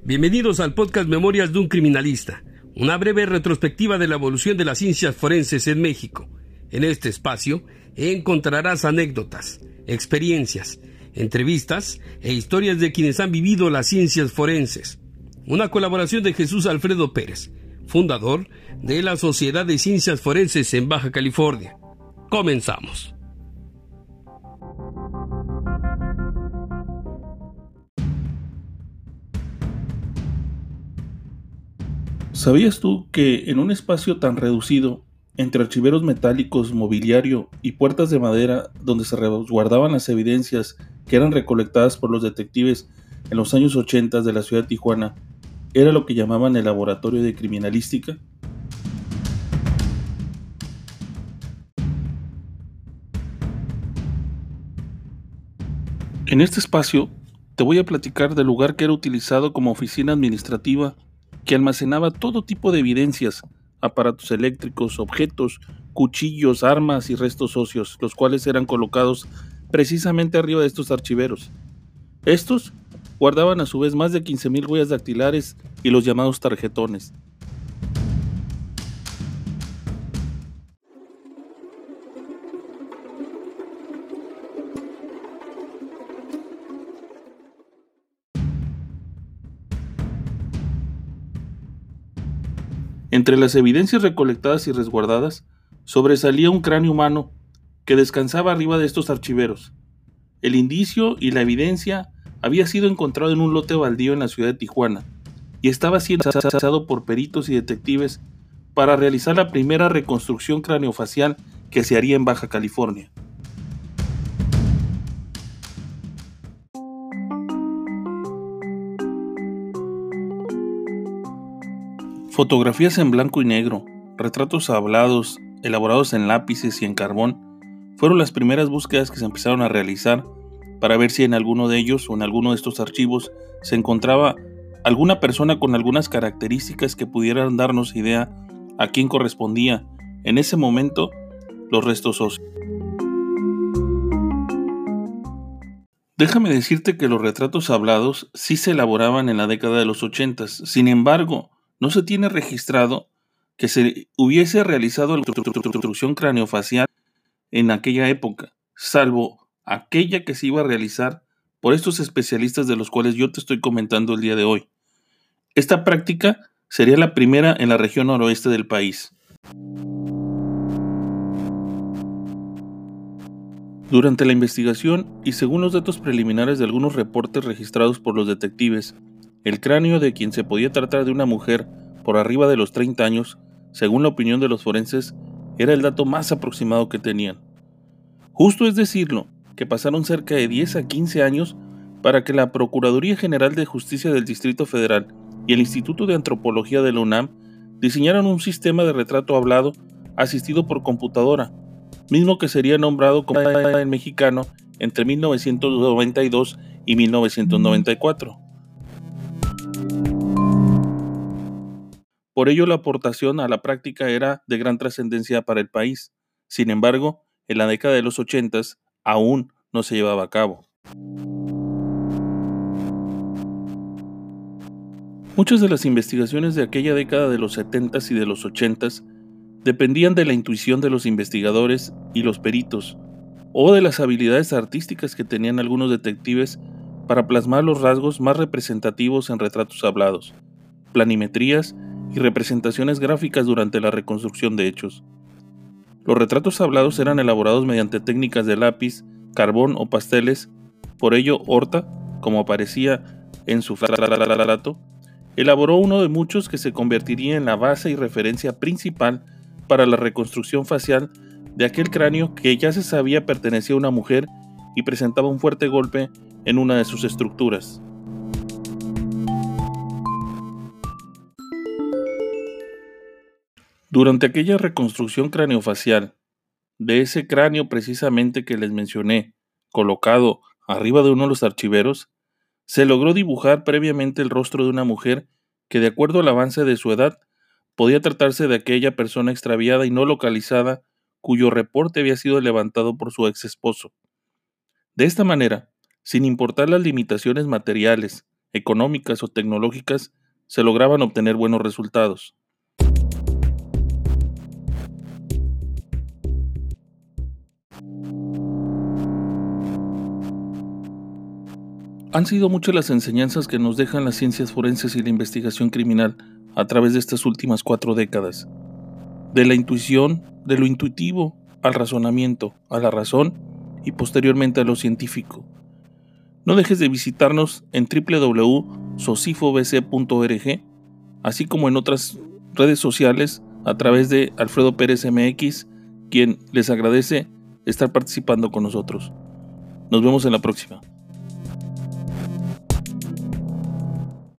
Bienvenidos al podcast Memorias de un Criminalista, una breve retrospectiva de la evolución de las ciencias forenses en México. En este espacio encontrarás anécdotas, experiencias, entrevistas e historias de quienes han vivido las ciencias forenses. Una colaboración de Jesús Alfredo Pérez, fundador de la Sociedad de Ciencias Forenses en Baja California. Comenzamos. ¿Sabías tú que en un espacio tan reducido, entre archiveros metálicos, mobiliario y puertas de madera donde se resguardaban las evidencias que eran recolectadas por los detectives en los años 80 de la ciudad de Tijuana, era lo que llamaban el laboratorio de criminalística? En este espacio te voy a platicar del lugar que era utilizado como oficina administrativa que almacenaba todo tipo de evidencias, aparatos eléctricos, objetos, cuchillos, armas y restos óseos, los cuales eran colocados precisamente arriba de estos archiveros. Estos guardaban a su vez más de 15,000 huellas dactilares y los llamados tarjetones. Entre las evidencias recolectadas y resguardadas, sobresalía un cráneo humano que descansaba arriba de estos archiveros. El indicio y la evidencia había sido encontrado en un lote baldío en la ciudad de Tijuana y estaba siendo analizado por peritos y detectives para realizar la primera reconstrucción craneofacial que se haría en Baja California. Fotografías en blanco y negro, retratos hablados, elaborados en lápices y en carbón, fueron las primeras búsquedas que se empezaron a realizar para ver si en alguno de ellos o en alguno de estos archivos se encontraba alguna persona con algunas características que pudieran darnos idea a quién correspondía en ese momento los restos óseos. Déjame decirte que los retratos hablados sí se elaboraban en la década de los 80, sin embargo, no se tiene registrado que se hubiese realizado la reconstrucción craneofacial en aquella época, salvo aquella que se iba a realizar por estos especialistas de los cuales yo te estoy comentando el día de hoy. Esta práctica sería la primera en la región noroeste del país. Durante la investigación, y según los datos preliminares de algunos reportes registrados por los detectives, el cráneo de quien se podía tratar de una mujer por arriba de los 30 años, según la opinión de los forenses, era el dato más aproximado que tenían. Justo es decirlo, que pasaron cerca de 10 a 15 años para que la Procuraduría General de Justicia del Distrito Federal y el Instituto de Antropología de la UNAM diseñaran un sistema de retrato hablado asistido por computadora, mismo que sería nombrado como el mexicano entre 1992 y 1994. Por ello, la aportación a la práctica era de gran trascendencia para el país. Sin embargo, en la década de los 80 aún no se llevaba a cabo. Muchas de las investigaciones de aquella década de los 70s y de los 80s dependían de la intuición de los investigadores y los peritos, o de las habilidades artísticas que tenían algunos detectives para plasmar los rasgos más representativos en retratos hablados, planimetrías y representaciones gráficas durante la reconstrucción de hechos. Los retratos hablados eran elaborados mediante técnicas de lápiz, carbón o pasteles. Por ello, Horta, como aparecía en su relato, elaboró uno de muchos que se convertiría en la base y referencia principal para la reconstrucción facial de aquel cráneo que ya se sabía pertenecía a una mujer y presentaba un fuerte golpe en una de sus estructuras. Durante aquella reconstrucción craneofacial, de ese cráneo precisamente que les mencioné, colocado arriba de uno de los archiveros, se logró dibujar previamente el rostro de una mujer que, de acuerdo al avance de su edad, podía tratarse de aquella persona extraviada y no localizada cuyo reporte había sido levantado por su ex esposo. De esta manera, sin importar las limitaciones materiales económicas o tecnológicas, se lograban obtener buenos resultados. Han sido muchas las enseñanzas que nos dejan las ciencias forenses y la investigación criminal a través de estas últimas 4 décadas. De la intuición, de lo intuitivo, al razonamiento, a la razón y posteriormente a lo científico. No dejes de visitarnos en www.socifobc.org, así como en otras redes sociales a través de Alfredo Pérez MX, quien les agradece estar participando con nosotros. Nos vemos en la próxima.